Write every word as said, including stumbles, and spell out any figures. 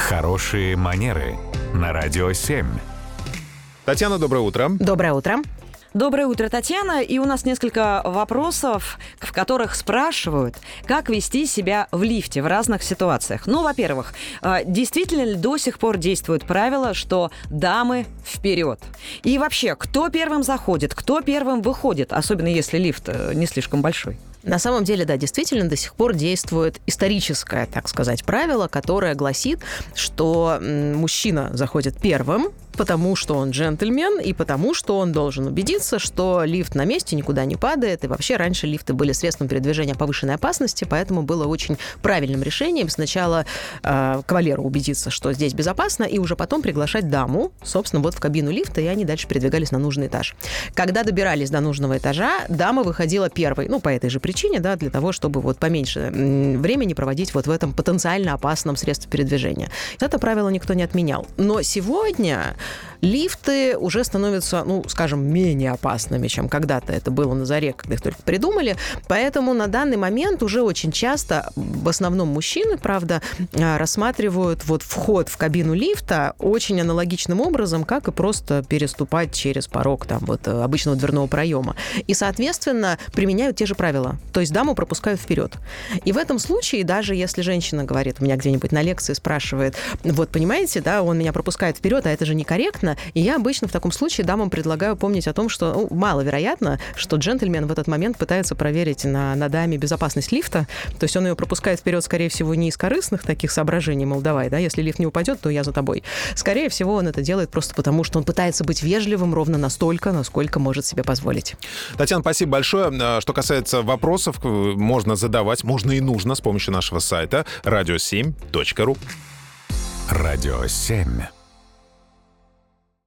Хорошие манеры на Радио семь. Татьяна, доброе утро. Доброе утро. Доброе утро, Татьяна. И у нас несколько вопросов, в которых спрашивают, как вести себя в лифте в разных ситуациях. Ну, во-первых, действительно ли до сих пор действует правило, что дамы вперед? И вообще, кто первым заходит, кто первым выходит, особенно если лифт не слишком большой? На самом деле, да, действительно, до сих пор действует историческое, так сказать, правило, которое гласит, что мужчина заходит первым, потому что он джентльмен и потому что он должен убедиться, что лифт на месте никуда не падает. И вообще раньше лифты были средством передвижения повышенной опасности, поэтому было очень правильным решением сначала э, кавалеру убедиться, что здесь безопасно, и уже потом приглашать даму, собственно, вот в кабину лифта, и они дальше передвигались на нужный этаж. Когда добирались до нужного этажа, дама выходила первой, ну, по этой же причине, да, для того, чтобы вот поменьше времени проводить вот в этом потенциально опасном средстве передвижения. Это правило никто не отменял. Но сегодня лифты уже становятся, ну, скажем, менее опасными, чем когда-то это было на заре, когда их только придумали. Поэтому на данный момент уже очень часто, в основном мужчины, правда, рассматривают вот вход в кабину лифта очень аналогичным образом, как и просто переступать через порог там вот обычного дверного проема. И, соответственно, применяют те же правила. То есть даму пропускают вперед. И в этом случае, даже если женщина говорит, у меня где-нибудь на лекции спрашивает, вот, понимаете, да, он меня пропускает вперед, а это же некорректно. И я обычно в таком случае дамам предлагаю помнить о том, что ну, маловероятно, что джентльмен в этот момент пытается проверить на, на даме безопасность лифта. То есть он ее пропускает вперед, скорее всего, не из корыстных таких соображений, мол, давай, да, если лифт не упадет, то я за тобой. Скорее всего, он это делает просто потому, что он пытается быть вежливым ровно настолько, насколько может себе позволить. Татьяна, спасибо большое. Что касается вопросов, можно задавать, можно и нужно с помощью нашего сайта радио семь точка ру. Радио семь.